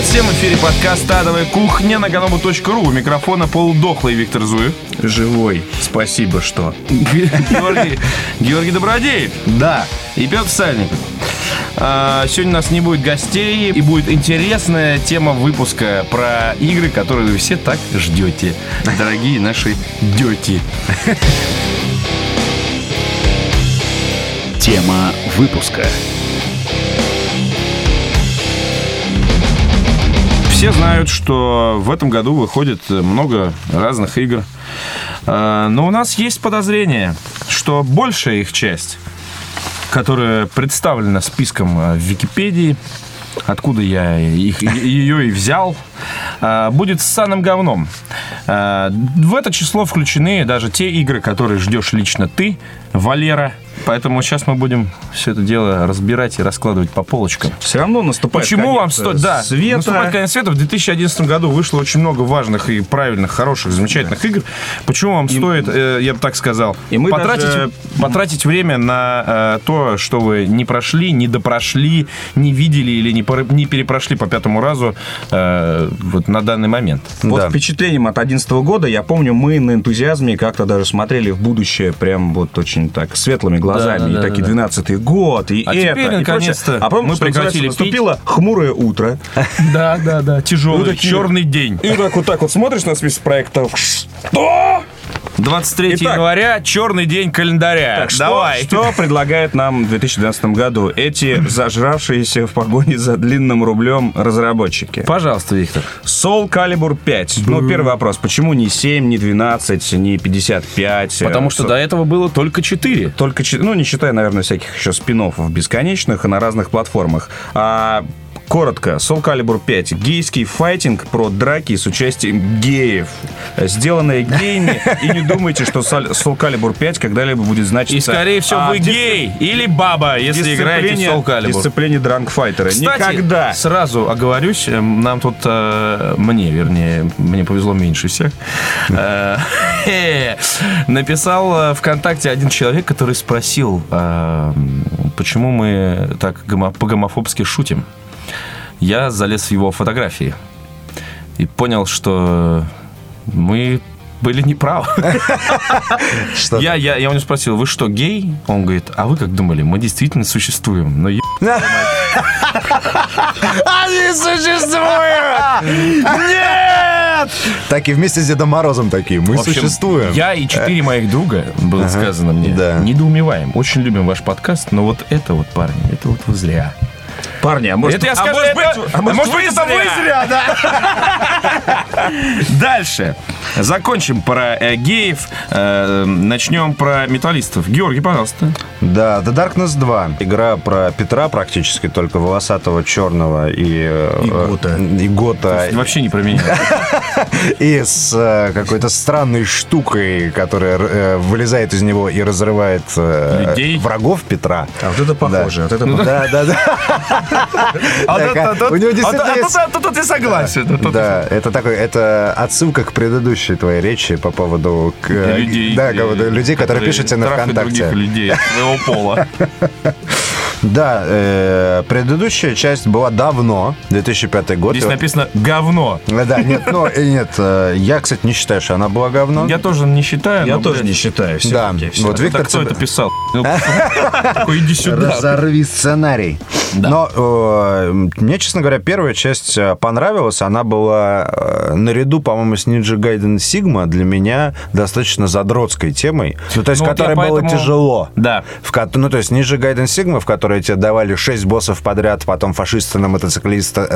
Привет всем, в эфире подкаст «Адовая кухня» на kanobu.ru. У микрофона полудохлый Виктор Зуев. Живой, спасибо, что. Георгий Добродеев. Да. И Петр Сальников. Сегодня у нас не будет гостей, и будет интересная тема выпуска про игры, которые вы все так ждете, дорогие наши дети. Тема выпуска. Все знают, что в этом году выходит много разных игр. Но у нас есть подозрение, что большая их часть, которая представлена списком в Википедии, откуда я ее и взял, будет ссаным говном. В это число включены даже те игры, которые ждешь лично ты, Валера. Поэтому сейчас мы будем все это дело разбирать и раскладывать по полочкам. Все равно наступает Почему конец вам стоит? Да, света. наступает конец света. В 2011 году вышло очень много важных и правильных, хороших, замечательных игр. Почему вам стоит, я бы так сказал, потратить время на то, что вы не прошли, не допрошли, не видели или не перепрошли по пятому разу вот на данный момент? Вот впечатлением от 2011 года, я помню, мы на энтузиазме как-то даже смотрели в будущее прям вот очень так светлыми глазами. И такие 12-й год, и это. Теперь, наконец-то, а потом, мы прекратили наступило хмурое утро. Да. Тяжелый, черный день. И так вот смотришь на список проектов. Что? 23 января, черный день календаря. Так, давай. Что предлагает нам в 2012 году эти зажравшиеся в погоне за длинным рублем разработчики? Пожалуйста, Виктор. Soul Calibur 5. Ну, первый вопрос. Почему не 7, не 12, не 55? Потому что до этого было только 4. Только 4, ну, не считая, наверное, всяких еще спин-оффов бесконечных и на разных платформах. Коротко, Soul Calibur 5. Гейский файтинг про драки с участием геев. Сделанное геями. И не думайте, что Soul Calibur 5 когда-либо будет значить... И, скорее всего, вы гей или баба, если играете в Soul Calibur. Дисциплине дранкфайтера. Кстати, никогда. Сразу оговорюсь, нам тут... мне повезло меньше всех. Написал ВКонтакте один человек, который спросил, почему мы так по-гомофобски шутим. Я залез в его фотографии и понял, что мы были неправы. Я у него спросил, вы что, гей? Он говорит, а вы как думали? Мы действительно существуем. Но Они существуют! Нет! Так и вместе с Дедом Морозом такие. Мы существуем. Я и 4 моих друга, было сказано мне, недоумеваем. Очень любим ваш подкаст, но вот это вот, парни, это вот вы зря. Парни, а может, это я скажу, может быть, это вы зря, да? Дальше. Закончим про геев. Начнем про металлистов. Георгий, пожалуйста. Да, The Darkness 2. Игра про Петра практически, только волосатого, черного и Гота. Вообще не про меня. И с какой-то странной штукой, которая вылезает из него и разрывает врагов Петра. А вот это похоже. Да. У него действительно тут я согласен. Да, это отсылка к предыдущей твоей речи по поводу людей, которые пишут тебе на ВКонтакте. Других людей своего пола. Да, предыдущая часть была давно, 2005 год. Здесь написано «говно». Да, нет, я, кстати, не считаю, что она была говно. Я тоже не считаю. Я тоже не считаю. Да, вот Виктор... Кто это писал? Такой, иди сюда. Разорви сценарий. Но мне, честно говоря, первая часть понравилась. Она была наряду, по-моему, с Ninja Gaiden Sigma для меня достаточно задротской темой. То есть, которой было тяжело. Да. То есть, Ninja Gaiden Sigma, в которой тебе давали 6 боссов подряд, потом фашисты на мотоциклистах,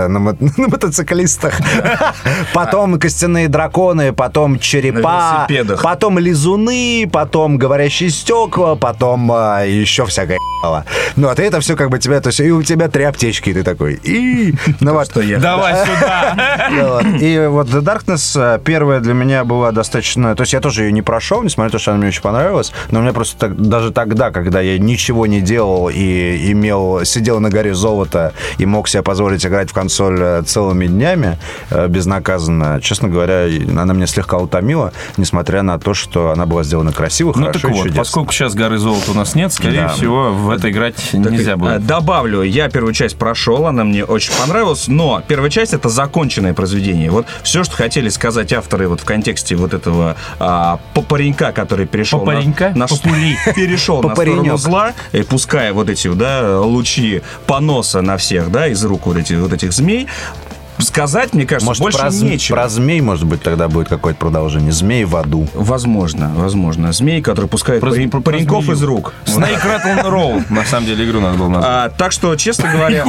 потом костяные драконы, потом черепа, потом лизуны, потом говорящие стекла, потом еще всякое ебало. Ну, а ты это все как бы тебя... То есть, и у тебя 3 аптечки, и ты такой... Давай сюда. И вот The Darkness первая для меня была достаточно... То есть, я тоже ее не прошел, несмотря на то, что она мне очень понравилась, но мне просто даже тогда, когда я ничего не делал и сидел на горе золота и мог себе позволить играть в консоль целыми днями безнаказанно, честно говоря, она меня слегка утомила, несмотря на то, что она была сделана красиво, хорошо так и вот, чудесно. поскольку сейчас горы золота у нас нет, скорее всего, в это играть нельзя будет. Добавлю, я первую часть прошел, она мне очень понравилась, но первая часть — это законченное произведение. Вот все, что хотели сказать авторы вот в контексте вот этого паренька, который перешел перешел на сторону зла, и пуская вот эти лучи поноса на всех, из рук вот этих змей. Сказать, мне кажется, может, больше нечего. Про змей, может быть, тогда будет какое-то продолжение. Змей в аду. Возможно. Змей, который пускает пареньков из рук. Snake Rattle and Roll. На самом деле, игру надо было назвать. Так что, честно говоря...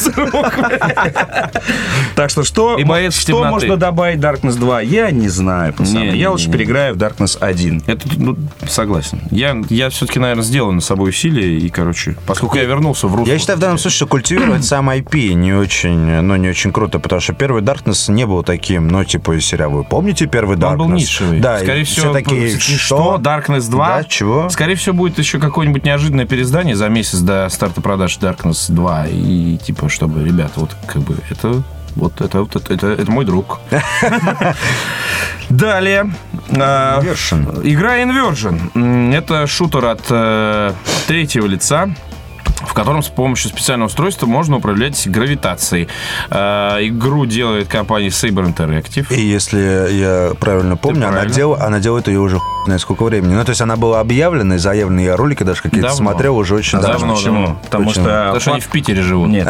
Так что можно добавить Darkness 2, я не знаю. Я лучше переиграю в Darkness 1. Это, согласен. Я все-таки, наверное, сделаю над собой усилия. И, поскольку я вернулся в русло... Я считаю, в данном случае, что культивировать сам IP не очень круто, потому что первый Darkness не был таким, из сериала. Вы помните первый Darkness? Он был нишевый. Да, скорее всего, такие, что? Darkness 2? Да, чего? Скорее всего, будет еще какое-нибудь неожиданное переиздание за месяц до старта продаж Darkness 2. И, чтобы, ребята, это мой друг. Далее. Игра Inversion. Это шутер от третьего лица, в котором с помощью специального устройства можно управлять гравитацией. Игру делает компания Saber Interactive. И если я правильно помню, она делает ее уже сколько времени. То есть она была объявлена и заявлена, я ролики даже какие-то смотрел уже очень давно. Почему? Потому что они в Питере живут. Нет.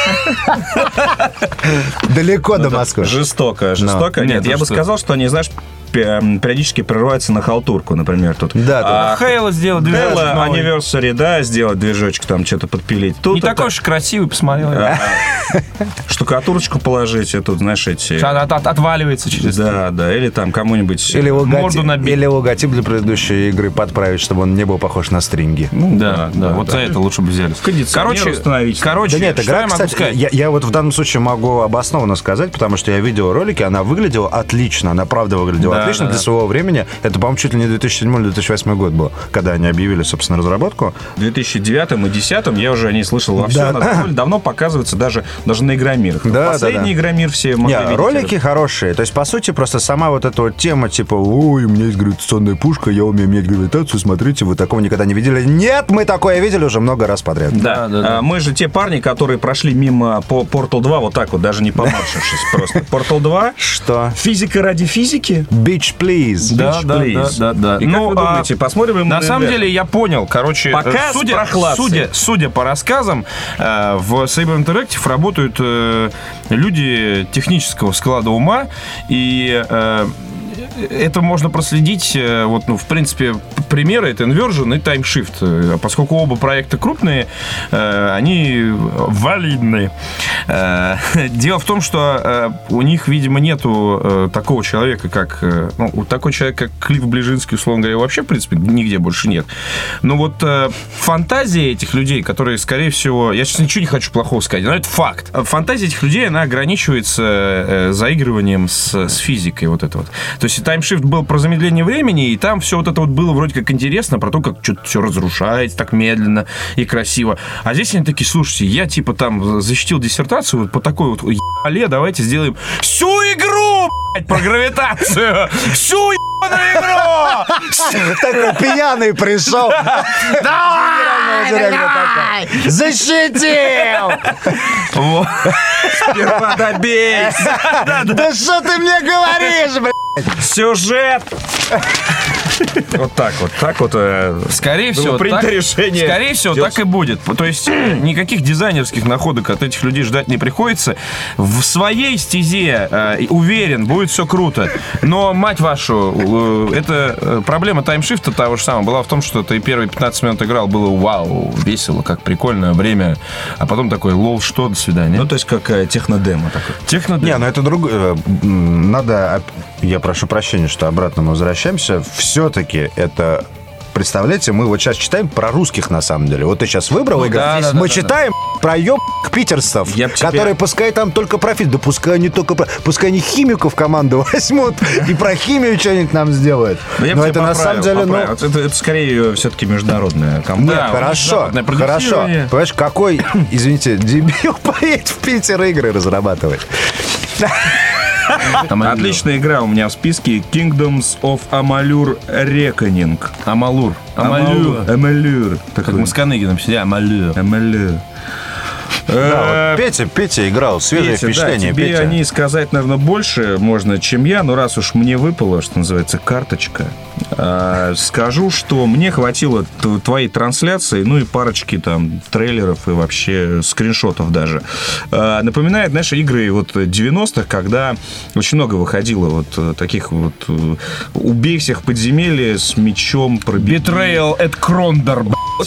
Далеко до Москвы. Жестоко. Нет, я бы сказал, что они, знаешь, периодически прерывается на халтурку, например, тут. Да, Хейла сделать движочек новый. Anniversary, сделать движочек, там что-то подпилить. Тут не такой уж красивый, посмотрел. Штукатурочку положить, тут, знаешь, эти... Отваливается через... Да, или там кому-нибудь морду набить. Или логотип для предыдущей игры подправить, чтобы он не был похож на стринги. Да, вот за это лучше бы взяли. Короче, да нет, игра, кстати, я вот в данном случае могу обоснованно сказать, потому что я видел ролики, она выглядела отлично, она правда выглядела отлично для своего времени. Это, по-моему, чуть ли не 2007 или 2008 год был, когда они объявили, собственно, разработку. В 2009 и 2010 я уже не слышал во всем. Она довольно давно показывается даже на Игромирах. Последний Игромир все могли видеть. Ролики хорошие. То есть, по сути, просто сама вот эта вот тема, ой, у меня есть гравитационная пушка, я умею менять гравитацию, смотрите, вы такого никогда не видели. Нет, мы такое видели уже много раз подряд. Да. Мы же те парни, которые прошли мимо по Portal 2 вот так вот, даже не поморщившись просто. Portal 2. Что? Физика ради физики. Beach, please. Да. И как вы думаете, посмотрим? На самом деле, я понял, судя по рассказам, в Saber Interactive работают люди технического склада ума, и это можно проследить, в принципе, примеры, это Inversion и Time Shift. Поскольку оба проекта крупные, они валидны. Дело в том, что у них, видимо, нету такого человека, как... такой человек, как Клифф Ближинский, условно говоря, вообще, в принципе, нигде больше нет. Но фантазия этих людей, которые, скорее всего... Я сейчас ничего не хочу плохого сказать, но это факт. Фантазия этих людей, она ограничивается заигрыванием с физикой. То есть Time Shift был про замедление времени, и там все это было вроде как интересно, про то, как что-то все разрушается так медленно и красиво. А здесь они такие, слушайте, я защитил диссертацию по такой ебале, давайте сделаем всю игру, про гравитацию! Всю ебаную игру! Такой пьяный пришел. Давай! Защитил! Сперва добейся! Да что ты мне говоришь, блядь? Сюжет! Вот так вот. Скорее всего, принято решение. Скорее всего, так и будет. То есть никаких дизайнерских находок от этих людей ждать не приходится. В своей стезе, уверен, будет все круто. Но, мать вашу, это проблема таймшифта того же самого была в том, что ты первые 15 минут играл, было вау, весело, как прикольное время, а потом такой, лол, что, до свидания. То есть как технодемо такое. Не, это другое. Надо... Я прошу прощения, что обратно мы возвращаемся. Все-таки это... Представляете, мы сейчас читаем про русских, на самом деле. Вот ты сейчас выбрал игру. Мы читаем проеб питерцев, Я б тебе- которые пускай там только профит, да пускай они только... Пускай они химику в команду возьмут и про химию что-нибудь нам сделают. Но я Но бы это тебя на самом деле... поправил. Это скорее все-таки международная компания. Да, Хорошо, международное хорошо. продюсирование. Понимаешь, какой, извините, дебил поедет в Питер игры разрабатывать? Отличная игра у меня в списке. Kingdoms of Amalur Reckoning. Амалур. Amalur. Как мы с Каныгином сидели, Амалур. Amalur. Да, вот Петя играл, свежее Петя, впечатление. да, тебе Петя. о ней сказать, наверное, больше можно, чем я, но раз уж мне выпало, что называется, карточка, скажу, что мне хватило твоей трансляции, ну и парочки там трейлеров и вообще скриншотов даже. Напоминает, знаешь, игры вот 90-х, когда очень много выходило вот таких вот убей всех в подземелье с мечом пробить. Betrayal at Крондор.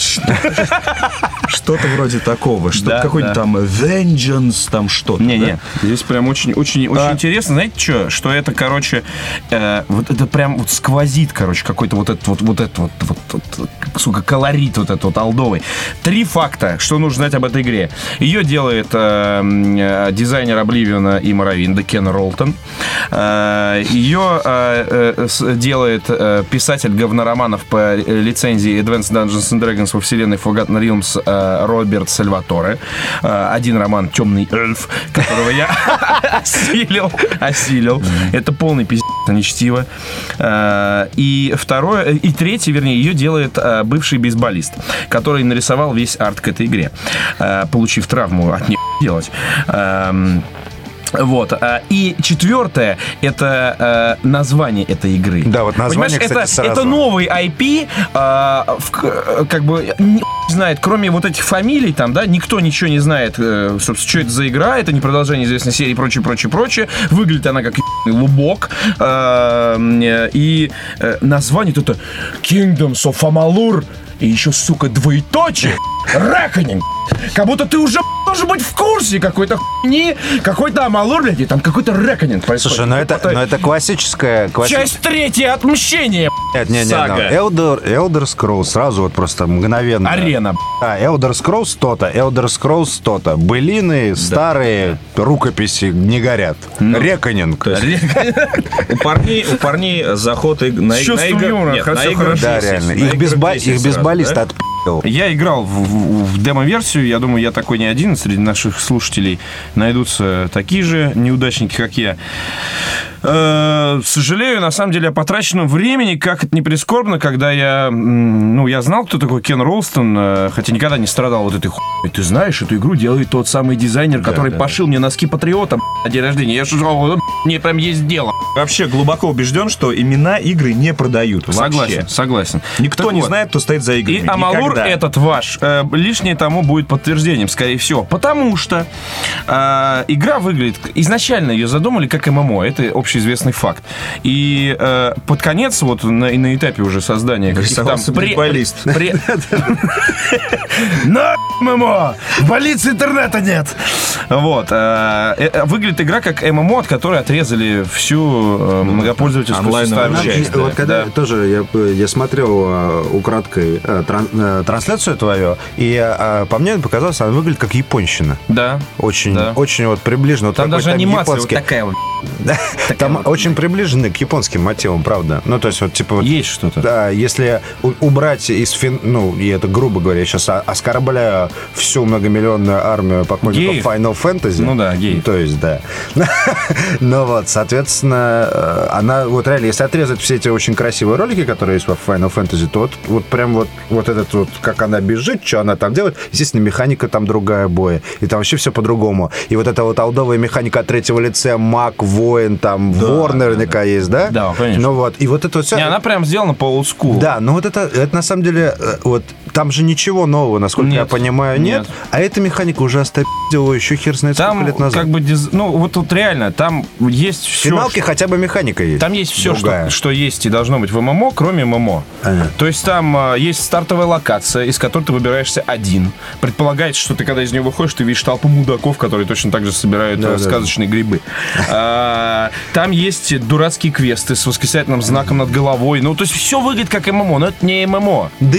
Что-то вроде такого. Что-то Да, какой-то да. там Vengeance, там что-то. Не-не, да? здесь прям очень интересно. Знаете что? Что это, короче, вот это прям вот сквозит, короче, какой-то вот этот, сука, колорит вот этот вот олдовый. 3 факта, что нужно знать об этой игре. Ее делает дизайнер Обливиона и Моровинда Кен Ролтон. Ее делает писатель говнороманов по лицензии Advanced Dungeons and Dragons во вселенной Forgotten Realms Роберт Сальваторе. Один роман «Темный эльф», которого я осилил. Это полный пиздец, нечтиво. И третий, вернее, ее делает бывший бейсболист, который нарисовал весь арт к этой игре, получив травму от нее делать. Вот. И 4 это название этой игры. Да, вот название, понимаешь, кстати, это сразу. новый IP, как бы не знает, кроме вот этих фамилий там, да, никто ничего не знает, собственно, что это за игра, это не продолжение известной серии и прочее. Выглядит она как лубок. И название это Kingdoms of Amalur и еще, сука, двоеточие Reckoning. Как будто ты уже должен быть в курсе какой-то хуйни, какой-то Амалур, блядь, и там какой-то Reckoning происходит. Слушай, ну это классическая... Часть 3 отмщение. Нет, Сага. Elder Scrolls сразу вот просто мгновенно. Арена. Elder Scrolls то-то, Elder Scrolls то-то. Былины, старые рукописи не горят. Реконинг. У парней заход на чувством игры. юмора, Нет, всё на игры хорошо. Да, есть, реально. на Их игры есть сразу, бейсболист да? отпил. Я играл в демо-версию, я думаю, я такой не один, среди наших слушателей найдутся такие же неудачники, как я. Сожалею, на самом деле, о потраченном времени, как это не прискорбно, когда я знал, кто такой Кен Ролстон, хотя никогда не страдал вот этой хуйней. Ты знаешь, эту игру делает тот самый дизайнер, который пошил мне носки Патриота на день рождения. Я что, мне прям есть дело. Вообще глубоко убежден, что имена игры не продают. Вообще. Согласен. Никто Так не вот. знает, кто стоит за играми. И Амалур Никогда. этот ваш лишнее тому будет подтверждением, скорее всего. Потому что игра выглядит... Изначально ее задумали как ММО. Это общеизвестный факт. И под конец, вот на этапе уже создания каких-то там... Рисовался бейсболист. На ММО! В больнице интернета нет! Вот. Выглядит игра как ММО, от которой отрезали всю многопользовательскую онлайновую составляющую. часть, Вот когда Да. тоже я смотрел украдкой трансляцию твою, и по мне показалось, она выглядит как японщина. Да. Очень, Да. очень вот приближенно. Вот Там даже какой-то анимация вот японский- такая вот. Там очень приближены к японским мотивам, правда. Ну, то есть, вот, типа... Вот, Есть что-то. да, если убрать из и это грубо говоря, я сейчас оскорбляю всю многомиллионную армию поклонников Геев? Final Fantasy. Ну да, геев. То есть, да. Но вот, соответственно, она, вот реально, если отрезать все эти очень красивые ролики, которые есть в Final Fantasy, то вот прям вот этот вот, как она бежит, что она там делает, естественно, механика там другая боя, и там вообще все по-другому. И вот эта вот олдовая механика от третьего лица, маг, воин, там, вор наверняка есть, да? Да, конечно. Ну вот, и вот это вот все... Не, она прям сделана по олдскулу. Да, но вот это на самом деле, вот там же ничего нового, насколько я Нет, понимаю, нет. нет. А эта механика уже остопидила еще хер знает сколько Там лет назад. как бы, вот реально, там есть В все. финалке хотя бы механика есть. Там есть все, другая. что есть и должно быть в ММО, кроме ММО. Ага. То есть там есть стартовая локация, из которой ты выбираешься один. Предполагается, что ты, когда из нее выходишь, ты видишь толпу мудаков, которые точно так же собирают сказочные грибы. Там есть дурацкие квесты с восклицательным знаком над головой. Ну, то есть все выглядит как ММО, но это не ММО. Да и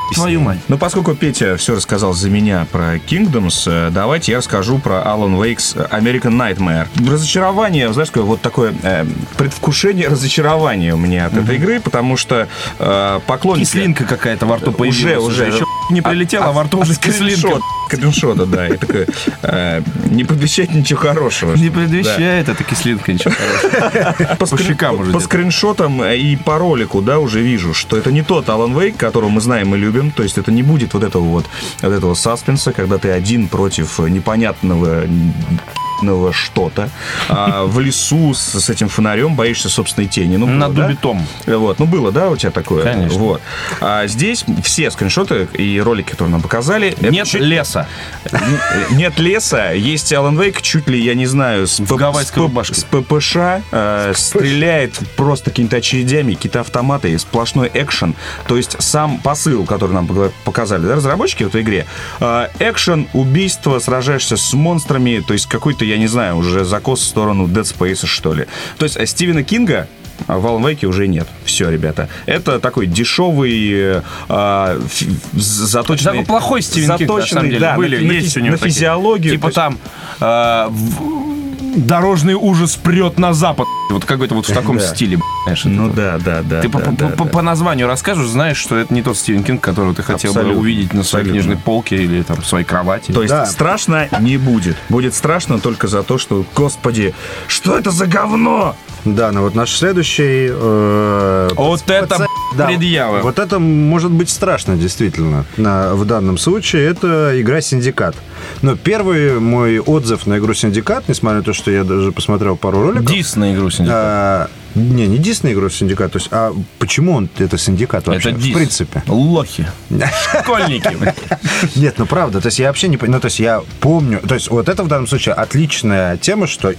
твою мать. Ну, поскольку Петя все рассказал за меня про Kingdoms, давайте я расскажу про Alan Wake's American Nightmare. Разочарование, знаешь, вот такое предвкушение разочарования у меня от этой игры, потому что поклонники... Кислинка какая-то во рту появилась. Уже. Еще не прилетела, а во рту уже кислинка. Скриншота, да. И такое, не предвещает ничего хорошего. Не предвещает эта кислинка ничего хорошего. По щекам уже. По скриншотам и по ролику, да, уже вижу, что это не тот Alan Wake, которого мы знаем и любим. То есть это не будет вот этого саспенса, когда ты один против непонятного что-то, в лесу с этим фонарем боишься собственной тени. Ну, на было, дубе том. Вот. Ну, было, да, у тебя такое? Конечно. Вот. А здесь все скриншоты и ролики, которые нам показали... Нет леса. Нет леса. Есть Alan Wake, чуть ли, я не знаю, с ППШ, стреляет просто какими-то очередями, какие-то автоматы, сплошной экшен. То есть сам посыл, который нам показали, да, разработчики в этой игре, экшен, убийство, сражаешься с монстрами, то есть какой-то, я не знаю, уже закос в сторону Dead Space, что ли. То есть Стивена Кинга в Alan Wake уже нет. Все, ребята. Это такой дешевый, заточенный... Такой плохой Стивен Кинг, на самом деле. Да, есть у него на физиологию. Типа там... дорожный ужас прет на запад. Вот какой-то вот в таком стиле, знаешь. Ну да. Ты по названию расскажешь, знаешь, что это не тот Стивен Кинг, которого ты хотел бы увидеть на своей книжной полке или там в своей кровати. То есть страшно не будет. Будет страшно только за то, что, господи, что это за говно? Да, ну вот наш следующий... вот это предъява. Вот это может быть страшно, действительно. В данном случае это игра «Синдикат». Но первый мой отзыв на игру «Синдикат», несмотря на то, что я даже посмотрел пару роликов... Дис на игру «Синдикат». Не Дисней игру «Синдикат». То есть, а почему это «Синдикат» вообще? Это Дис. В принципе. Лохи. Школьники. Нет, ну правда. То есть я вообще не понимаю. Ну, то есть я помню... То есть вот это в данном случае отличная тема, что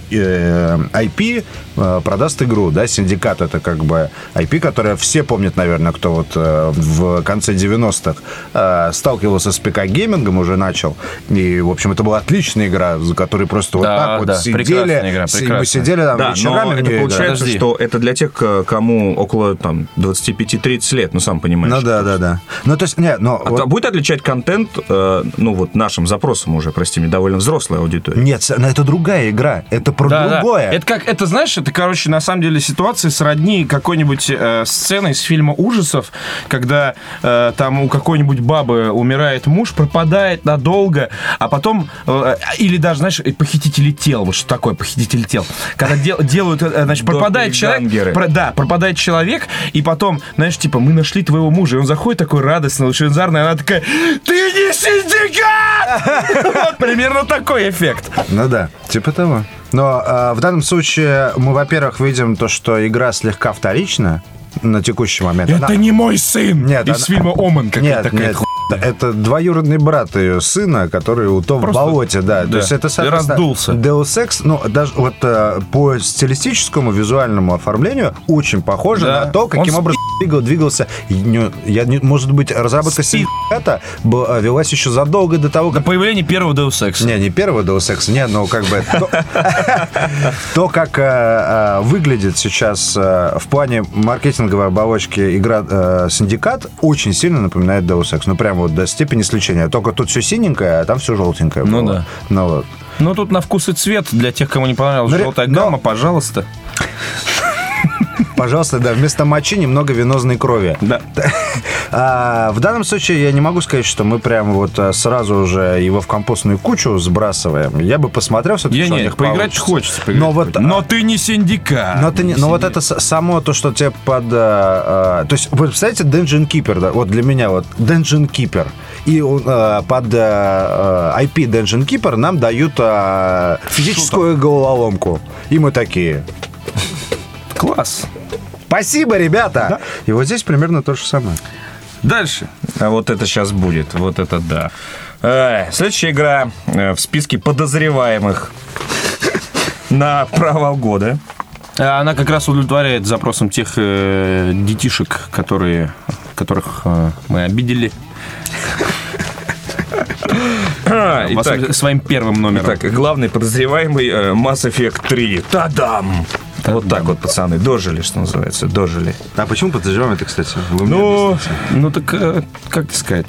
IP продаст игру, да, «Синдикат» — это как бы IP, которое все помнят, наверное, кто вот в конце 90-х сталкивался с ПК-геймингом, уже начал. И, в общем, это была отличная игра, за которой просто вот так вот сидели. Мы сидели там вечерами. Это получается, что это для тех, кому около там 25-30 лет, ну, сам понимаешь. Ну, да. Ну, то есть, нет, но... Вот... Будет отличать контент, ну, вот нашим запросам уже, прости меня, довольно взрослая аудитория? Нет, но это другая игра, это про другое. Это как, это, знаешь, это, короче, на самом деле ситуация сродни какой-нибудь сцены из фильма ужасов, когда там у какой-нибудь бабы умирает муж, пропадает надолго, а потом, или даже, знаешь, похитители тел, вот что такое похититель тел, когда делают, значит, пропадает человек, пропадает человек, и потом, знаешь, типа, мы нашли твоего мужа, и он заходит такой радостный, лучезарный, и она такая: ты не «Синдикат!» Вот примерно такой эффект. Ну да, типа того. Но в данном случае мы, во-первых, видим то, что игра слегка вторична на текущий момент. Это не мой сын! Нет, из фильма «Омен» какая-то такая. Это двоюродный брат ее сына, который утоп в болоте, да. То есть это, соответственно, раздулся. Deus Ex, ну, даже вот по стилистическому, визуальному оформлению очень похоже на то, каким образом двигался. Может быть, разработка «Синдиката» велась еще задолго до того, как... До появления первого Deus Ex. Не первого Deus Ex, нет, но как бы... То, как выглядит сейчас в плане маркетинговой оболочки игра «Синдикат», очень сильно напоминает Deus Ex. Ну, прям вот до степени сличения. Только тут все синенькое, а там все желтенькое. Ну было. Да. Ну вот. Ну тут на вкус и цвет. Для тех, кому не понравилась желтая гамма, пожалуйста. Пожалуйста, да, вместо мочи немного венозной крови. Да. В данном случае я не могу сказать, что мы прям вот сразу уже его в компостную кучу сбрасываем. Я бы посмотрел все-таки, что у них поиграть хочется. Но ты не «Синдикат». Но вот это само то, что тебе под... То есть, вы представляете, Dungeon Keeper, да, вот для меня вот Dungeon Keeper. И под IP Dungeon Keeper нам дают физическую головоломку. И мы такие... Класс. Спасибо, ребята! Да? И вот здесь примерно то же самое. Дальше. А вот это сейчас будет. Вот это да. Следующая игра в списке подозреваемых на провал года. Она как раз удовлетворяет запросам тех детишек, которых мы обидели. Итак, своим первым номером. Итак, главный подозреваемый Mass Effect 3. Та-дам! Вот так вот, пацаны, дожили, что называется, дожили. А почему подозреваем это, кстати? Вы мне Ну, объясните. так, как тебе сказать?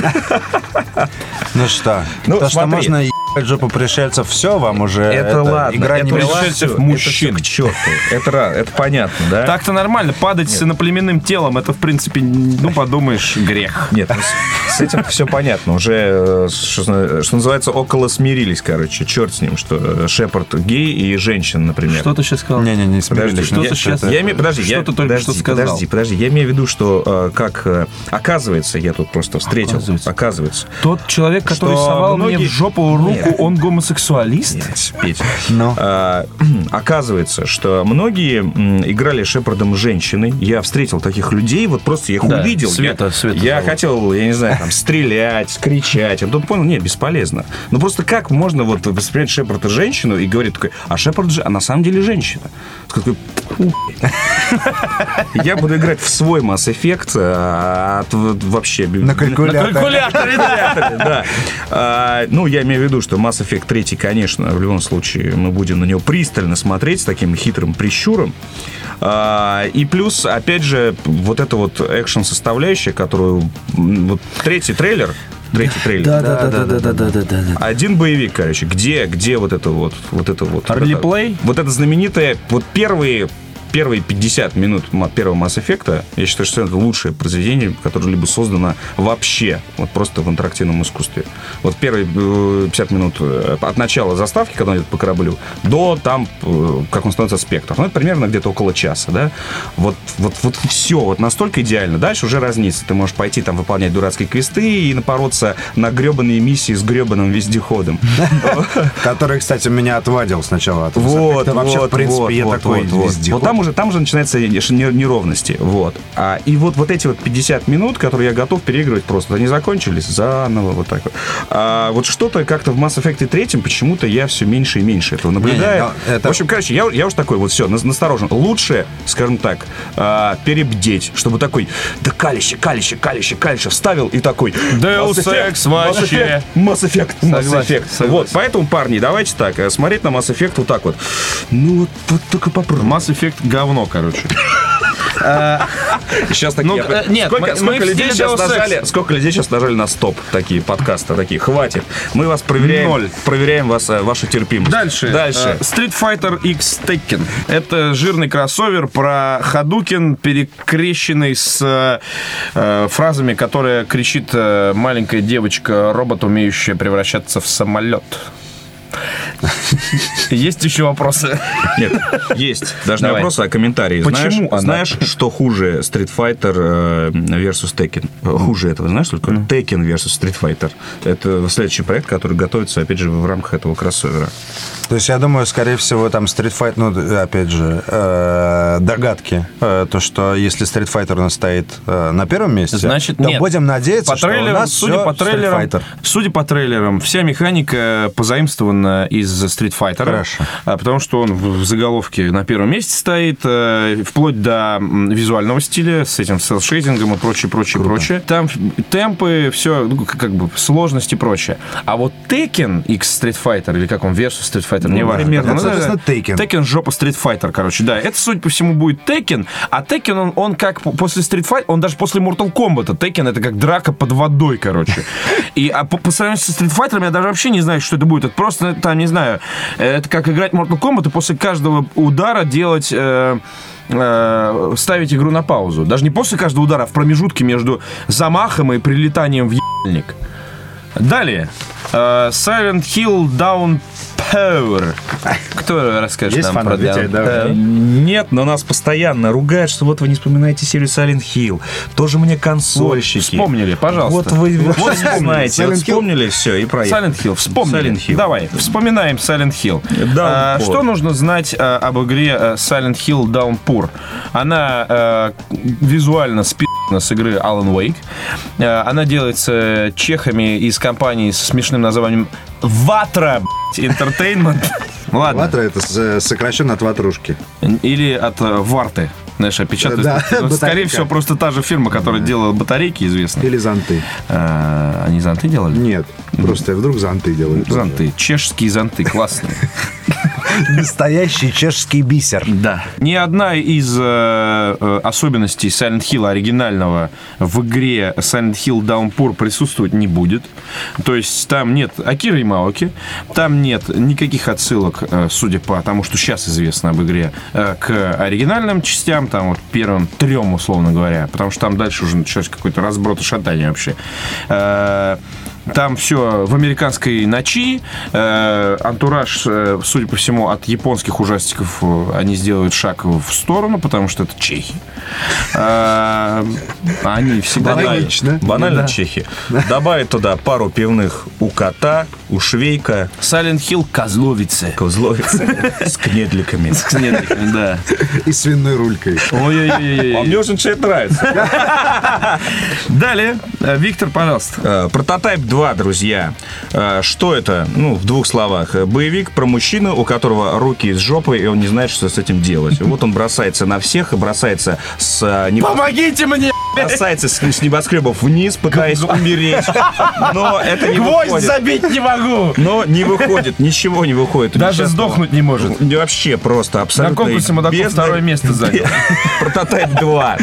Ну что? Ну, То, что смотри. можно ебать жопу пришельцев, все, вам уже Это ладно, игра не это мешает. пришельцев всё, мужчин. Это всё к черту. Это понятно, да? Так-то нормально. Падать с иноплеменным телом, это, в принципе, ну, подумаешь, грех. Нет, ну, с этим все понятно. Уже, что называется, около смирились, короче. Черт с ним, что Шепард гей и женщина, например. Что ты сейчас сказал? Не смирились. Подожди, Что я- ты сейчас- я имею- подожди, что я- ты только что сказал? Подожди, я имею в виду, что оказывается, я тут просто встретил, оказывается. Тот человек, который Что совал мне в многие- жопу руку, Нет. он гомосексуалист? Нет, Петь. Ну. Оказывается, что многие играли Шепардом женщины. Я встретил таких людей, вот просто я их Да, увидел. Света я зовут. хотел, я не знаю, там, стрелять, кричать. А тут понял, нет, бесполезно. Ну просто как можно вот воспринять Шепарда женщину и говорить такой, а Шепард же, а на самом деле женщина. Такой, я буду играть в свой Mass Effect вообще... На калькуляторе. Калькуляторе, да. Да. Ну, я имею в виду, что Mass Effect 3, конечно, в любом случае мы будем на него пристально смотреть с таким хитрым прищуром. И плюс, опять же, вот эта вот экшн-составляющая, которую... Вот третий трейлер. Да. Один боевик, короче. Где вот это вот? Ролеплей? Вот это знаменитое... Вот первые 50 минут первого Mass Effect, я считаю, что это лучшее произведение, которое либо создано вообще, вот просто в интерактивном искусстве. Вот первые 50 минут от начала заставки, когда он идет по кораблю, до там, как он становится Спектр. Ну, это примерно где-то около часа, да? Вот все, вот настолько идеально. Дальше уже разница. Ты можешь пойти там выполнять дурацкие квесты и напороться на гребаные миссии с гребаным вездеходом. Который, кстати, меня отвадил сначала от Вот, вообще, в принципе, я такой вездеход. Вот там уже начинаются неровности. Вот. И вот эти вот 50 минут, которые я готов переигрывать просто, они закончились заново, вот так вот. А вот что-то как-то в Mass Effect 3 почему-то я все меньше и меньше этого наблюдаю. В общем, короче, я уж такой вот все, насторожен. Лучше, скажем так, перебдеть, чтобы такой, да калище, вставил и такой... Deus Ex вообще. Mass Effect. Согласен. Вот, поэтому, парни, давайте так, смотреть на Mass Effect вот так вот. Ну, вот только попробуй. Mass Effect говно, короче. Сейчас Ну, такие... нет, мы сколько в людей стиле сейчас Deus Ex. нажали? Сколько людей сейчас нажали на стоп? Такие подкасты, такие. Хватит. Мы вас проверяем. 0. Проверяем вашу терпимость. Дальше. Дальше. Street Fighter X Tekken. Это жирный кроссовер про Хадукен, перекрещенный с фразами, которые кричит маленькая девочка, робот, умеющая превращаться в самолет. Есть еще вопросы? Нет, есть. Даже не Давай. вопросы, а комментарии. Почему она? Знаешь, что хуже Street Fighter versus Tekken? Хуже этого, знаешь, только Tekken versus Street Fighter. Это следующий проект, который готовится, опять же, в рамках этого кроссовера. То есть, я думаю, скорее всего, там Street Fighter, ну, опять же, догадки. То, что если Street Fighter у нас стоит на первом месте, Значит, то нет. будем надеяться, По что у трейлерам, нас судя всё по Street Fighter. судя по трейлерам, вся механика позаимствована из Street Fighter. Хорошо. Потому что он в заголовке на первом месте стоит, вплоть до визуального стиля, с этим селс-шейдингом и прочее. Там темпы, все, как бы сложность и прочее. А вот Tekken X Street Fighter, или как он, versus Street Fighter, неважно. примерно. как он Это, называется. соответственно, Tekken. Tekken жопа Street Fighter, короче, да. Это, судя по всему, будет Tekken, а Tekken, он как после Street Fighter, он даже после Mortal Kombat, Tekken это как драка под водой, короче. И по сравнению со Street Fighter я даже вообще не знаю, что это будет. Это просто, там, не знаю, это как играть в Mortal Kombat и после каждого удара делать... ставить игру на паузу. Даже не после каждого удара, а в промежутке между замахом и прилетанием в ебальник. Далее. Silent Hill Downpour. Кто расскажет Есть нам про фанат, ведь, да? Downpour? Нет, но нас постоянно ругают, что вот вы не вспоминаете серию Silent Hill. Тоже мне консольщики. Вспомнили, пожалуйста. Вот вы вообще не вспомнили. знаете. Silent Вот Hill. вспомнили, все, и проехали. Silent Hill, вспомнили. Silent Hill. Давай, вспоминаем Silent Hill. Downpour. Что нужно знать об игре Silent Hill Downpour? Она визуально спи***на с игры Alan Wake. Она делается чехами из компании с смешным названием Vatra Entertainment. Ладно. Ватра — это сокращенно от ватрушки. Или от Варты. Знаешь, опечатают. Да, Скорее батарейка. всего, просто та же фирма, которая делала батарейки, известные. Или зонты. Они зонты делали? Нет, просто вдруг зонты делают. Зонты. Чешские зонты. Классные. Настоящий чешский бисер. Да. Ни одна из особенностей Silent Hill оригинального в игре Silent Hill Downpour присутствовать не будет. То есть там нет Акиры Ямаоки, там нет никаких отсылок, судя по тому, что сейчас известно об игре, к оригинальным частям, там вот первым 3, условно говоря, потому что там дальше уже началось какой-то разброд и шатание вообще. Там все в американской ночи. Антураж, судя по всему, от японских ужастиков они сделают шаг в сторону, потому что это чехи. Они всегда... Банально чехи. Добавить туда пару пивных у кота, у швейка. Silent Hill Козловицы. С кнедликами. С кнедликами, да. И свиной рулькой. Ой-ой-ой. А мне очень это нравится. Далее, Виктор, пожалуйста. Прототайп 2, друзья. Что это? Ну, в 2 словах. Боевик про мужчину, у которого руки из жопы, и он не знает, что с этим делать. Вот он бросается на всех, и бросается с... Помогите мне! Бросается с небоскребов вниз, пытаясь умереть. Но это не Гвоздь выходит. забить не могу! Но не выходит, ничего не выходит. Даже сдохнуть не может. Вообще просто абсолютно. На конкурсе Мудаков 2 место занял. Прототайп 2.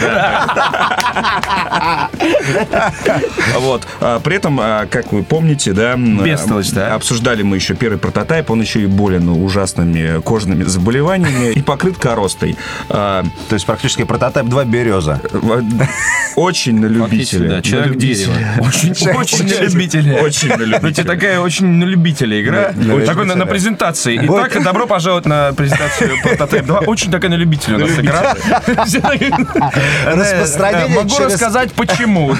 Вот. При этом, как вы помните, да, Бестолочь, да. обсуждали мы еще первый прототайп, он еще и болен ужасными кожными заболеваниями и покрыт коростой. То есть практически прототайп 2 береза. Очень на любителя. Да, человек дерева. Очень на любителя. Очень на любителя. Это такая очень на любителя игра. Такой на презентации. Итак, добро пожаловать на презентацию Прототайп 2. Очень такая на любителя у нас игра. Распространение Могу рассказать, почему.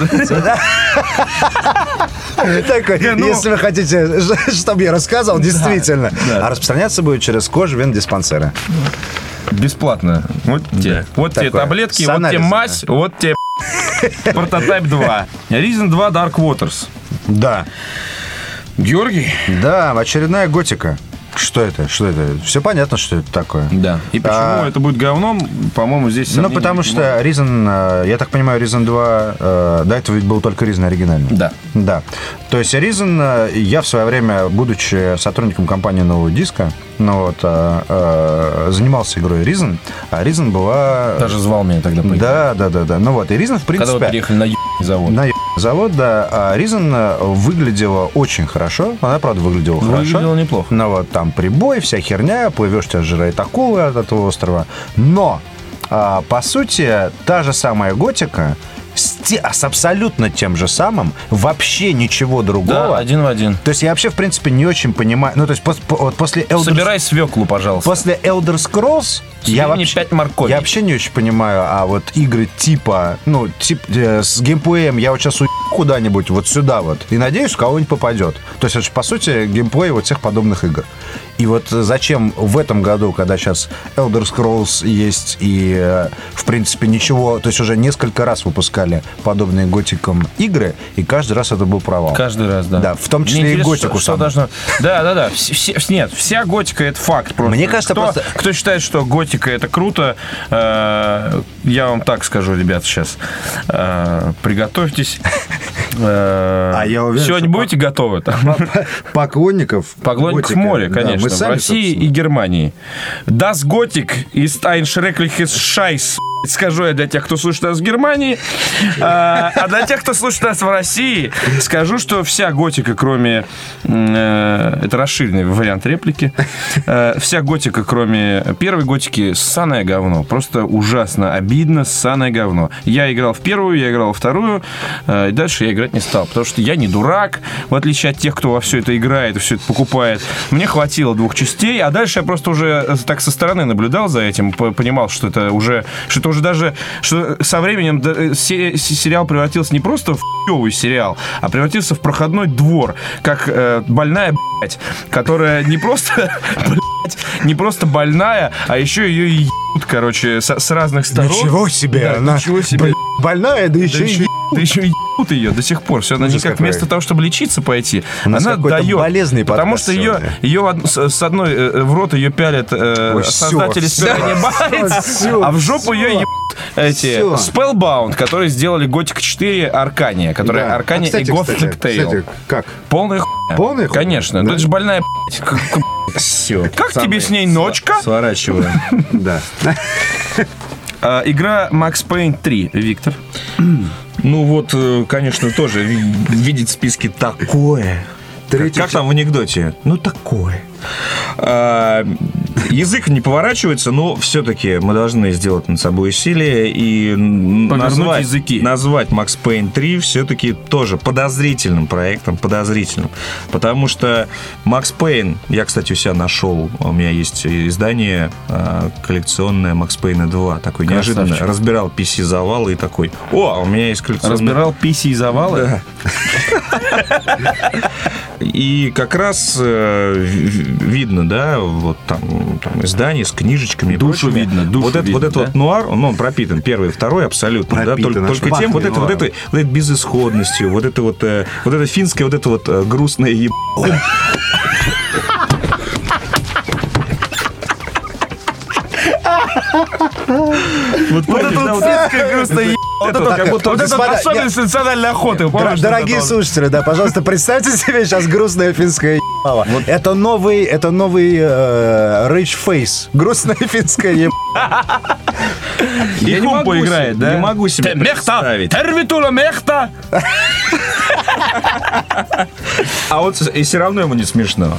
Если вы хотите, чтобы я рассказывал, действительно. А распространяться будет через кожу вендиспансеры. Бесплатно. Вот тебе. Вот тебе таблетки, вот тебе мазь, вот тебе Прототайп 2. Resident 2 Dark Waters. Да. Георгий? Да, очередная готика. Что это? Что это? Все понятно, что это такое. Да. И почему это будет говном, по-моему, здесь... Ну, потому что Risen, я так понимаю, Risen 2, до этого ведь был только Risen оригинальный. Да. Да. То есть Risen, я в свое время, будучи сотрудником компании Нового Диска, занимался игрой Risen, а Risen была... Даже звал меня тогда поиграть. Да. Ну вот, и Risen, в принципе... Когда вы переехали на завод. На завод, да. А Risen выглядела очень хорошо. Она, правда, выглядела хорошо. Выглядела неплохо. Ну вот, там прибой, вся херня, плывешь, тебя сжирает акулы от этого острова. Но, по сути, та же самая готика с абсолютно тем же самым, вообще ничего другого. Да, один в один. То есть я вообще, в принципе, не очень понимаю. Ну, то есть после Elder... Собирай свеклу, пожалуйста. После Elder Scrolls я вообще, 5 морковей. Я вообще не очень понимаю, а вот игры типа, с геймплеем я вот сейчас уйду куда-нибудь вот сюда вот и надеюсь, у кого-нибудь попадет. То есть это же, по сути, геймплей вот всех подобных игр. И вот зачем в этом году, когда сейчас Elder Scrolls есть и, в принципе, ничего, то есть уже несколько раз выпускали подобные готикам игры, и каждый раз это был провал. Каждый раз, да. Да, в том числе и готику. Что должно... Да. Нет, вся готика — это факт просто. Мне кажется, кто считает, что готика — это круто, я вам так скажу, ребят, сейчас. Приготовьтесь. Я уверен, сегодня будете готовы? Поклонников моря, конечно, в России и Германии. Das Gothic ist ein schreckliches Scheiß. Скажу я для тех, кто слушает нас в Германии. А для тех, кто слушает нас в России, скажу, что вся готика, кроме... Это расширенный вариант реплики. Вся готика, кроме первой готики, ссаное говно. Просто ужасно обидно, ссаное говно. Я играл в первую, я играл во вторую, и дальше я играть не стал. Потому что я не дурак, в отличие от тех, кто во все это играет и все это покупает. Мне хватило 2 частей, а дальше я просто уже так со стороны наблюдал за этим, понимал, что это уже даже, что со временем сериал превратился не просто в ***й сериал, а превратился в проходной двор, как больная, блядь, которая не просто больная, а еще ее и ебут, короче, с разных сторон. Ничего себе! Да, она ничего себе. Больная, да еще и ебут ее до сих пор. Все, она никак вместо того, чтобы лечиться пойти, она дает. Болезненный потому что ее с одной в рот ее пялят создатели Spirania Bytes, а в жопу ее ебут эти Spellbound, которые сделали Gothic 4 Аркания, которые Аркания и Gothic Tale. Кстати, как? Полная хуйня. Полная хуйня? Конечно. Да? Это же больная, Все. Как тебе с ней ночка? Сворачиваем. Да. Игра Max Payne 3, Виктор. Ну вот, конечно, тоже видеть в списке такое. Как там в анекдоте? Ну, такое. Язык не поворачивается, но все-таки мы должны сделать над собой усилие и назвать Max Payne 3 все-таки тоже подозрительным проектом, потому что Max Payne, я, кстати, у себя нашел, у меня есть издание коллекционное Max Payne 2, такой неожиданно, разбирал PC-завалы и такой, у меня есть коллекционное... Разбирал PC-завалы? Да. И как раз видно, да, вот там издание с книжечками. Душу видно, душу вот видно, это вот нуар, он пропитан, первый и второй абсолютно, пропитан, да, только тем вот этой безысходностью, вот это финское, вот это вот грустное ебало. Вот это вот финское грустное это особенность национальной охоты. Дорогие слушатели, да, пожалуйста, представьте себе сейчас грустное финское ебало. Это новый Rage Face. Грустное финское ебало. И Хумпо играет, да? Не могу себе представить. Тервитула мехта! А вот и все равно ему не смешно.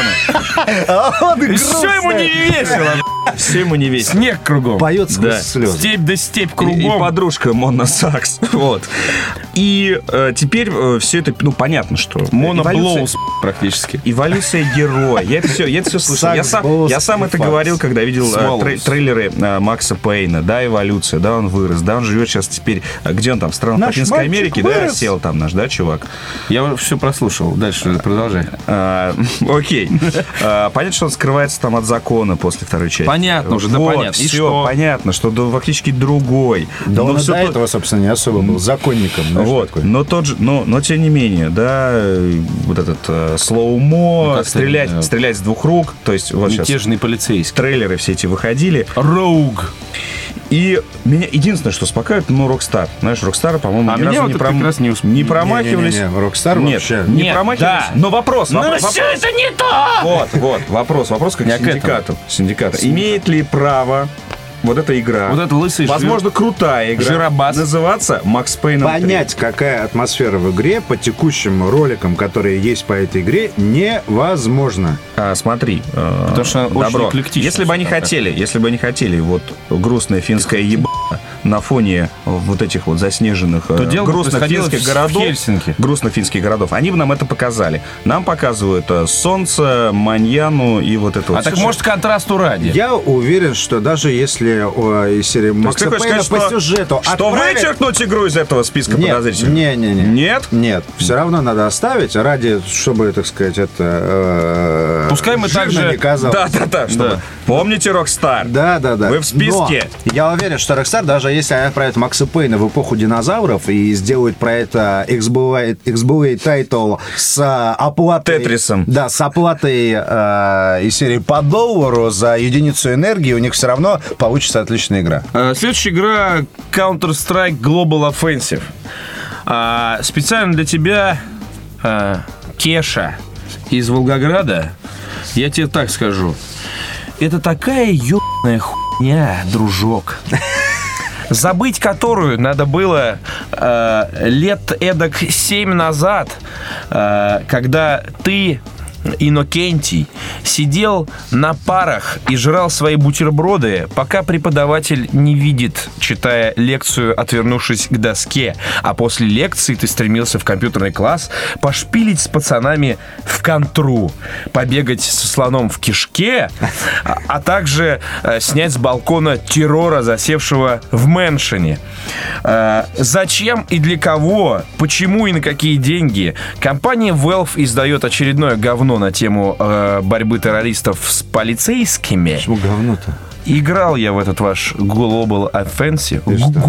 Все ему не весело. Все ему не весело. Снег кругом. Поет сквозь слезы. Степь да степь кругом. И подружка Мона Сакс. Вот. И теперь все это, понятно, что... Мона Блоус практически. Эволюция героя. Я это все слышал. Я сам это говорил, когда видел трейлеры Макса Пейна. Да, эволюция, да, он вырос, да, он живет сейчас теперь... Где он там? В странах Латинской Америки, да, сел там наш, да, чувак? Я все прослушал. Дальше продолжай. Окей. Понятно, что он скрывается там от закона после второй части. Понятно уже, да, понятно. И все, понятно, что фактически другой. Да он до этого, собственно, не особо был законником. Вот, но тем не менее, да, вот этот слоумо, стрелять с двух рук, то есть вот сейчас... Мятежный полицейский. Трейлеры все эти выходили. Роуг. И меня единственное, что успокаивает, Rockstar. Знаешь, Rockstar, по-моему, ни разу не промахивались. Rockstar вообще... Не промахивались. Да. Но вопрос. Но все это не то! Вот, вопрос как синдиката. Имеет ли право вот эта игра, вот это лысый возможно, крутая игра, жиробас, называться Max Payne 3. Понять, какая атмосфера в игре по текущим роликам, которые есть по этой игре, невозможно. Смотри, потому что очень эклектично. Если бы они хотели вот грустное финское ебало на фоне вот этих вот заснеженных грустных финских городов, они бы нам это показали. Нам показывают солнце, маньяну и вот это вот. Так может контрасту ради. Я уверен, что даже если из серии Макса Пейна по сюжету что вычеркнуть игру из этого списка подозрительных? Нет. Все равно надо оставить ради, чтобы, так сказать, это пускай мы также не казалось. Да. Помните Rockstar? Да. Вы в списке. Но я уверен, что Rockstar, даже если они отправят Макса Пейна в эпоху динозавров и сделают про это XBLA тайтл с оплатой... Тетрисом. Да, с оплатой из серии по $1 за единицу энергии, у них все равно получится отличная игра. Следующая игра Counter-Strike Global Offensive. Специально для тебя, Кеша из Волгограда, я тебе так скажу. Это такая ебаная хуйня, дружок. Забыть которую надо было лет эдак 7 назад, когда ты, Иннокентий, сидел на парах и жрал свои бутерброды, пока преподаватель не видит, читая лекцию, отвернувшись к доске. А после лекции ты стремился в компьютерный класс пошпилить с пацанами в контру, побегать со слоном в кишке, а также снять с балкона террора, засевшего в Мэншене. Зачем и для кого, почему и на какие деньги компания Valve издает очередное говно на тему борьбы террористов с полицейскими? Почему говно-то? Играл я в этот ваш Global Offensive.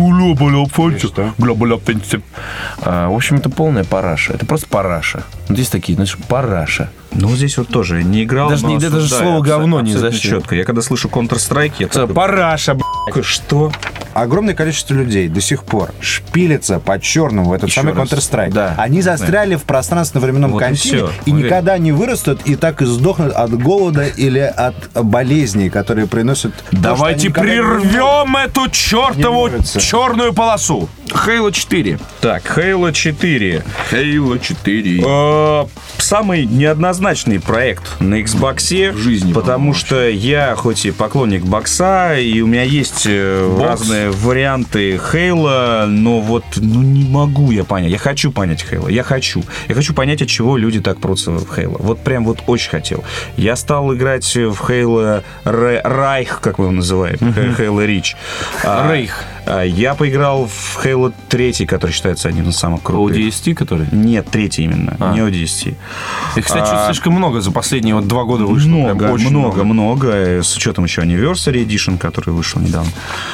Global Offensive. В общем, это полная параша. Это просто параша. Здесь такие, знаешь, параша. Ну, здесь вот тоже не играл, даже слово говно не защитно. Четко. Я когда слышу Counter-Strike, я такой... Параша, блядь. Что? огромное количество людей до сих пор шпилится по-черному в этот Еще самый раз. Counter-Strike. Да. Они застряли в пространственно-временном Вот и контине всё. и Уверен. никогда не вырастут, и так и сдохнут от голода или от болезней, которые приносят... то, что Давайте они никогда не прервем эту чертову не борются. черную полосу. Halo 4. Так, Halo 4. Halo 4. Самый неоднозначный проект на Xbox В жизни, потому по-моему, что я хоть и поклонник бокса, и у меня есть разные варианты Halo, но вот не могу я понять. Я хочу понять Halo. Я хочу понять, от чего люди так прутся в Halo. Вот прям вот очень хотел. Я стал играть в Halo Reich, как мы его называем, Halo Reach. Рейх. Я поиграл в Halo 3, который считается одним из самых крутых. ODST, который? Нет, третий именно, не ODST. И, кстати, что-то слишком много за последние вот 2 года вышло. Прям очень Много. С учетом еще Anniversary Edition, который вышел недавно.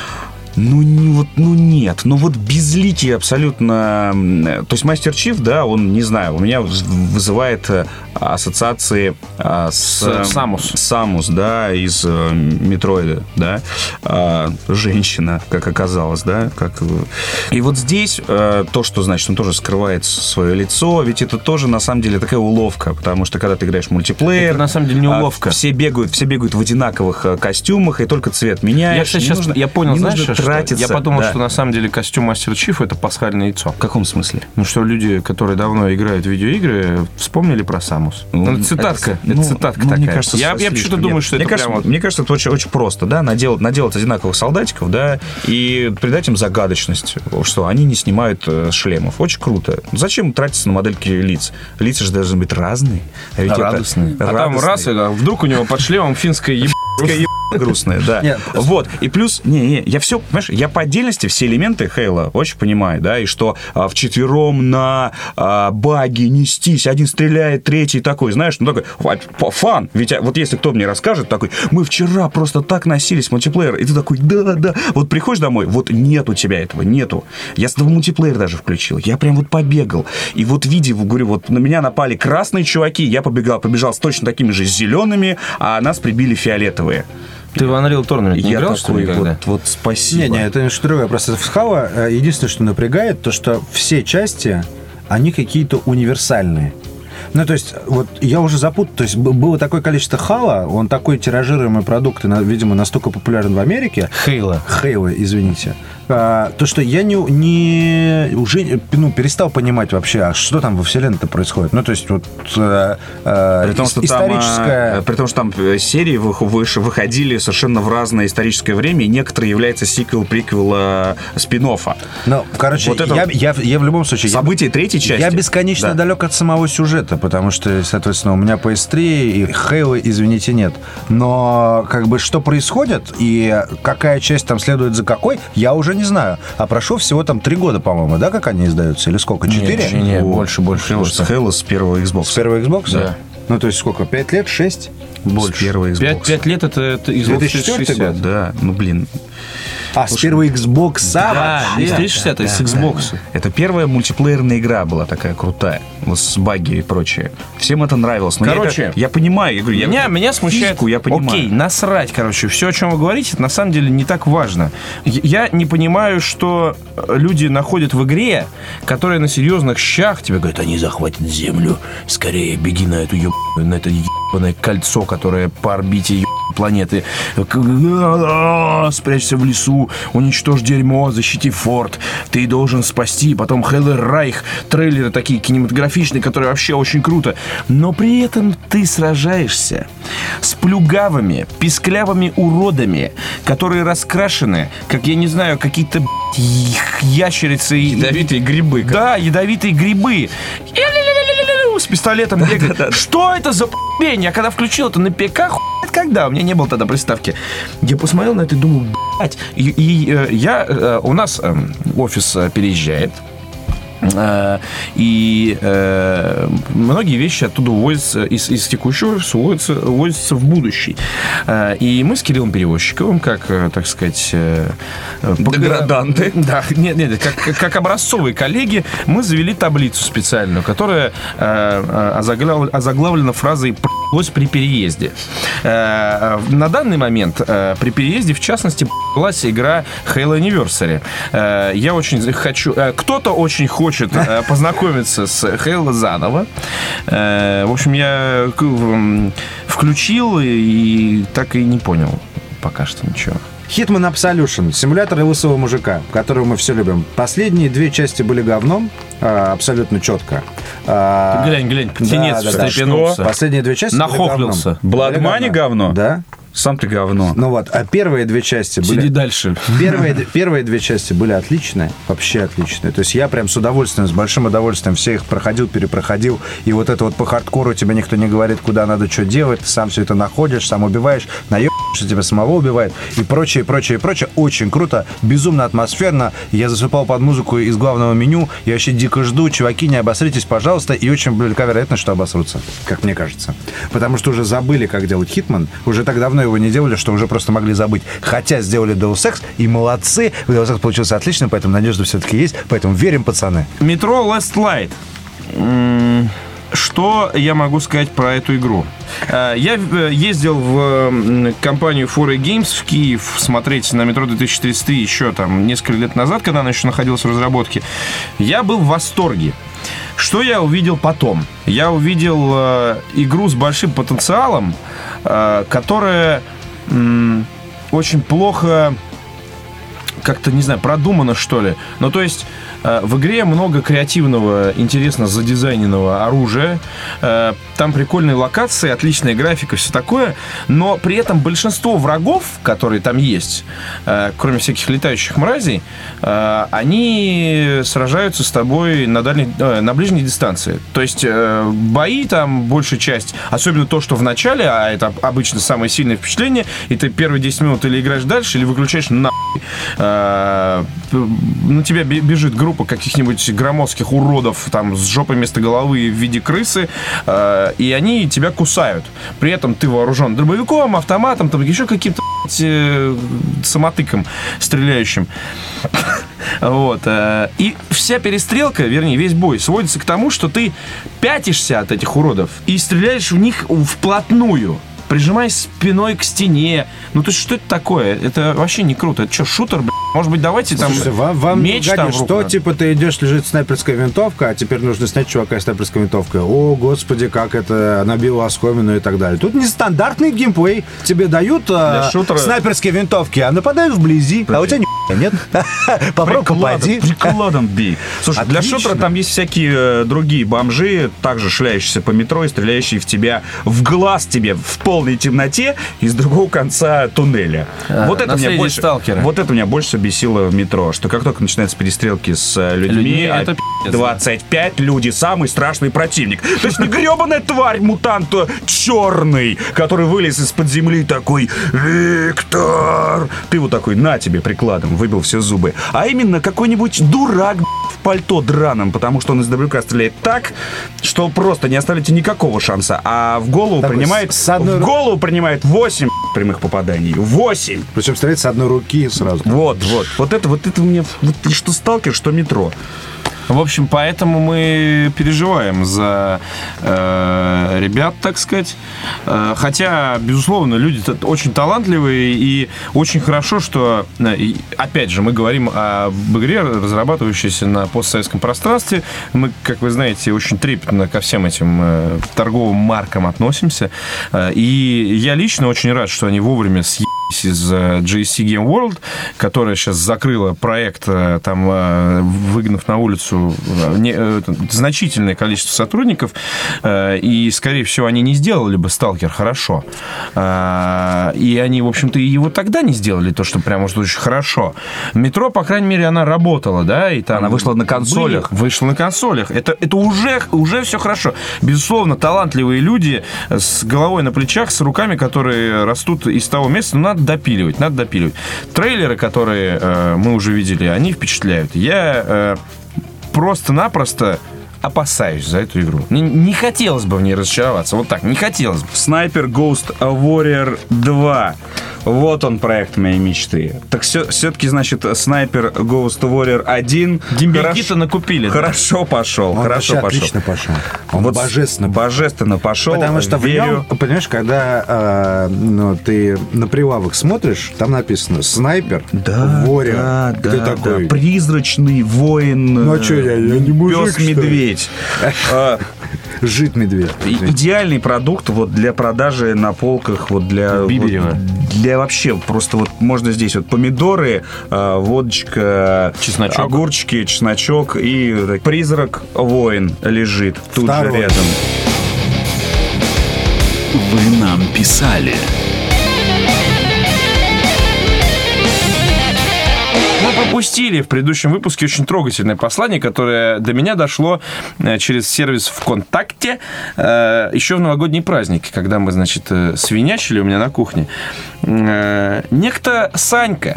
Нет. Вот безликий абсолютно... То есть Master Chief, да, он, не знаю, у меня вызывает ассоциации с Самус, да, из Метроида, да. Женщина, как оказалось, да. И вот здесь то, что, значит, он тоже скрывает свое лицо, ведь это тоже, на самом деле, такая уловка, потому что, когда ты играешь в мультиплеер... Это, на самом деле, не уловка. Все бегают в одинаковых костюмах, и только цвет меняешь. Я понял, знаешь, что? тратиться. Я подумал, Да. что на самом деле костюм Мастера Чифа — это пасхальное яйцо. В каком смысле? Ну что, люди, которые давно играют в видеоигры, вспомнили про Самус. Это цитатка. Это цитатка такая. Мне кажется, я почему-то думаю, что это прям вот... Мне кажется, это очень просто, да, наделать одинаковых солдатиков, да, и придать им загадочность, что они не снимают шлемов. Очень круто. Зачем тратиться на модельки лиц? Лица же должны быть разные. А ведь радостные. это А там раз, вдруг у него под шлемом финская грустная, да. Нет. Вот. И плюс, я все, понимаешь, я по отдельности все элементы Хейла очень понимаю, да, и что вчетвером на баги нестись, один стреляет, третий такой, знаешь, такой фан. Ведь вот если кто мне расскажет, такой, мы вчера просто так носились в мультиплеер, и ты такой, да, вот приходишь домой, вот нет у тебя этого, нету. Я с тобой мультиплеер даже включил, я прям вот побегал, и вот говорю, вот на меня напали красные чуваки, я побежал с точно такими же зелеными, а нас прибили фиолетовые. Ты в Unreal Tournament не Я играл, что ли, такой, никогда? вот спасибо. Не, это что другое. Просто в Halo единственное, что напрягает, то, что все части, они какие-то универсальные. Ну, то есть, вот я уже запутал. То есть, было такое количество Halo, он такой тиражируемый продукт, и, видимо, настолько популярен в Америке. Halo, извините. То, что я уже перестал понимать вообще, а что там во вселенной-то происходит. Ну, то есть, вот При том, что историческая... при том, что там серии выходили совершенно в разное историческое время, и некоторые являются сиквел-приквел спин-оффа. Ну, короче, Вот это я в любом случае... события третьей части. Я бесконечно далек от самого сюжета, потому что, соответственно, у меня PS3 и Halo, извините, нет. Но, что происходит и какая часть там следует за какой, я уже не знаю. А прошло всего там 3 года, по-моему, да, как они издаются? Или сколько? 4? Не, больше. Halo с первого Xbox. С первого Xbox? Да. Ну, то есть сколько? 5 лет? 6? Больше. С первого Xbox. 5 лет это Xbox 2004 360. год? Да, блин. А, с первого Xbox? Да, не с 360, а с Xbox. Это первая мультиплеерная игра была такая крутая, вот с баги и прочее. Всем это нравилось. Но Короче, я понимаю. Меня смущает... физику я понимаю. Окей, насрать, все, о чем вы говорите, это на самом деле не так важно. Я не понимаю, что люди находят в игре, которая на серьезных щах тебе говорит, они захватят землю, скорее беги на это ебаное кольцо, которое по орбите планеты. Спрячься в лесу, уничтожь дерьмо, защити форт. Ты должен спасти. Потом Halo Reich, трейлеры такие кинематографичные, которые вообще очень круто. Но при этом ты сражаешься с плюгавыми, писклявыми уродами, которые раскрашены, как, я не знаю, какие-то ящерицы. Ядовитые грибы. Да, ядовитые грибы. С пистолетом бегает. Что это за пень? Я когда включил это на ПК, когда? У меня не было тогда приставки. Я посмотрел на это и думаю, блядь. У нас офис переезжает. И многие вещи оттуда увозятся из текущего офиса, увозятся в будущий. И мы с Кириллом Перевозчиковым, как, так сказать... Деграданты. Да, нет, как образцовые коллеги, мы завели таблицу специальную, которая озаглавлена фразой ***лось при переезде. На данный момент при переезде, в частности, ***лась игра Halo Anniversary. Я очень хочу... Кто-то очень хочет познакомиться с Halo заново. В общем, я включил и так и не понял пока что ничего. Hitman Absolution, симулятор лысого мужика, которого мы все любим. Последние 2 части были говном, абсолютно четко. Глянь, птенец встрепенулся. Последние 2 части нахохлился. Blood Money говно? Да. Сам ты говно. Ну вот, а первые 2 части были... Сиди дальше. Первые 2 части были отличные, вообще отличные. То есть я прям с удовольствием, с большим удовольствием все их проходил, перепроходил. И вот это вот по хардкору тебе никто не говорит, куда надо что делать. Ты сам все это находишь, сам убиваешь, наебаешься, тебя самого убивает. И прочее. Очень круто, безумно атмосферно. Я засыпал под музыку из главного меню. Я вообще дико жду. Чуваки, не обосритесь, пожалуйста. И очень велика вероятность, что обосрутся, как мне кажется. Потому что уже забыли, как делать Hitman. Уже так давно его не делали, что уже просто могли забыть. Хотя сделали Deus Ex, и молодцы. Deus Ex получился отлично, поэтому надежда все-таки есть. Поэтому верим, пацаны. Metro Last Light. Что я могу сказать про эту игру? Я ездил в компанию 4A Games в Киев смотреть на Metro 2033 еще там несколько лет назад, когда она еще находилась в разработке. Я был в восторге. Что я увидел потом? Я увидел игру с большим потенциалом, которая очень плохо как-то, не знаю, продумана, что ли. Ну, то есть в игре много креативного, интересно задизайненного оружия. Там прикольные локации, отличная графика, все такое. Но при этом большинство врагов, которые там есть, кроме всяких летающих мразей, они сражаются с тобой на ближней дистанции. То есть бои там, большая часть, особенно то, что в начале, а это обычно самое сильное впечатление, и ты первые 10 минут или играешь дальше, или выключаешь нахуй. На тебя бежит группа каких-нибудь громоздких уродов там с жопой вместо головы в виде крысы, и они тебя кусают. При этом ты вооружен дробовиком, автоматом, там еще каким-то самотыком стреляющим. Вот. И вся перестрелка, вернее, весь бой сводится к тому, что ты пятишься от этих уродов и стреляешь в них вплотную, прижимаясь спиной к стене. Ну, то есть, что это такое? Это вообще не круто. Это что, шутер, блядь? Может быть, давайте там вам меч там в руку. Что, типа, ты идешь, лежит снайперская винтовка, а теперь нужно снять чувака с снайперской винтовкой. О, господи, как это набило оскомину и так далее. Тут нестандартный геймплей. Тебе дают снайперские винтовки, а нападают вблизи, а у тебя нет. Попробуй попади. Прикладом бей. Слушай, для шутера там есть всякие другие бомжи, также шляющиеся по метро и стреляющие в тебя в глаз тебе в полной темноте из другого конца туннеля. Вот это меня больше всего бесило в метро, что как только начинаются перестрелки с людьми, это 25 люди, самый страшный противник. То есть не гребаная тварь, мутант черный, который вылез из-под земли такой: Виктор! Ты вот такой: на тебе прикладом, выбил все зубы. А именно какой-нибудь дурак в пальто драном, потому что он из дробовика стреляет так, что просто не оставите никакого шанса. А в голову принимает 8 прямых попаданий. 8! Причем стреляет с одной руки сразу. Вот это у меня что сталкер, что метро. В общем, поэтому мы переживаем за ребят, так сказать. Хотя, безусловно, люди очень талантливые, и очень хорошо, что, опять же, мы говорим об игре, разрабатывающейся на постсоветском пространстве. Мы, как вы знаете, очень трепетно ко всем этим торговым маркам относимся. И я лично очень рад, что они вовремя из GSC Game World, которая сейчас закрыла проект, там, выгнав на улицу значительное количество сотрудников, и, скорее всего, они не сделали бы Сталкер хорошо. И они, в общем-то, его тогда не сделали, то, что прям уж очень хорошо. Метро, по крайней мере, она работала, да, и там... Она вышла на консолях. Вышла на консолях. Это уже все хорошо. Безусловно, талантливые люди с головой на плечах, с руками, которые растут из того места, надо допиливать. Трейлеры, которые мы уже видели, они впечатляют. Я просто-напросто опасаюсь за эту игру. Не хотелось бы в ней разочароваться. Вот так, не хотелось бы. Снайпер Ghost Warrior 2. Вот он, проект моей мечты. Так все-таки, значит, Снайпер Ghost Warrior 1... Дембельки-то накупили. Хорошо пошел, Он хорошо пошел. отлично пошел. Он Вот божественно пошел. Потому что в нем, понимаешь, когда ты на прилавок смотришь, там написано «Снайпер Warrior». Ты такой... Призрачный воин. Ну, а что, я не мужик, Пес-медведь. Жид медведь. Идеальный продукт вот для продажи на полках, вот для... Биберева. Для вообще просто вот можно здесь вот помидоры, водочка, чесночок, огурчики, чесночок и призрак воин лежит тут Второй. же рядом. Вы нам писали. Мы пропустили в предыдущем выпуске очень трогательное послание, которое до меня дошло через сервис ВКонтакте еще в новогодние праздники, когда мы, значит, свинячили у меня на кухне. Некто Санька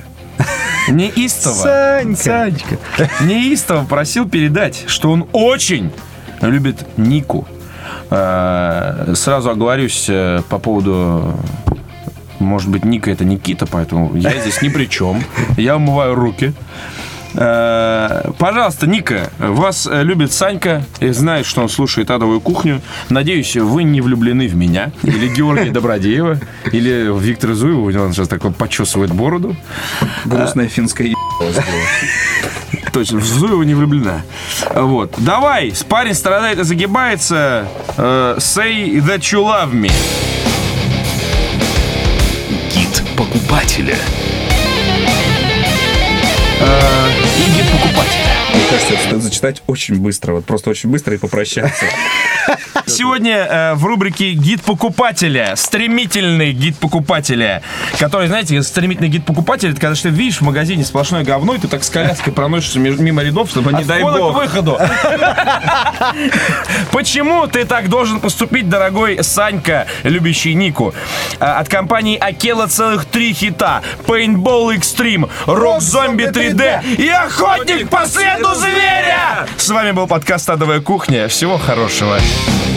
неистово просил передать, что он очень любит Нику. Сразу оговорюсь по поводу... Может быть, Ника — это Никита, поэтому я здесь ни при чем. Я умываю руки. Пожалуйста, Ника, вас любит Санька и знает, что он слушает «Адовую кухню». Надеюсь, вы не влюблены в меня, или Георгия Добродеева, или в Виктора Зуева. Он сейчас такой почесывает бороду. Грустная финская Точно, в Зуева не влюблена. Вот. Давай, парень страдает и загибается. Say that you love me. Гид покупателя. И гид покупателя. Мне кажется, это стоит зачитать очень быстро. Вот просто очень быстро и попрощаться. Сегодня в рубрике «Гид покупателя», стремительный гид покупателя, который, знаете, стремительный гид покупателя, это когда ты видишь в магазине сплошное говно, и ты так с коляской проносишься мимо рядов, чтобы не дай бог к выходу. Почему ты так должен поступить, дорогой Санька, любящий Нику? От компании Акела целых 3 хита: Paintball Extreme, Rock Zombie 3D и Охотник по следу зверя! С вами был подкаст «Адовая кухня». Всего хорошего.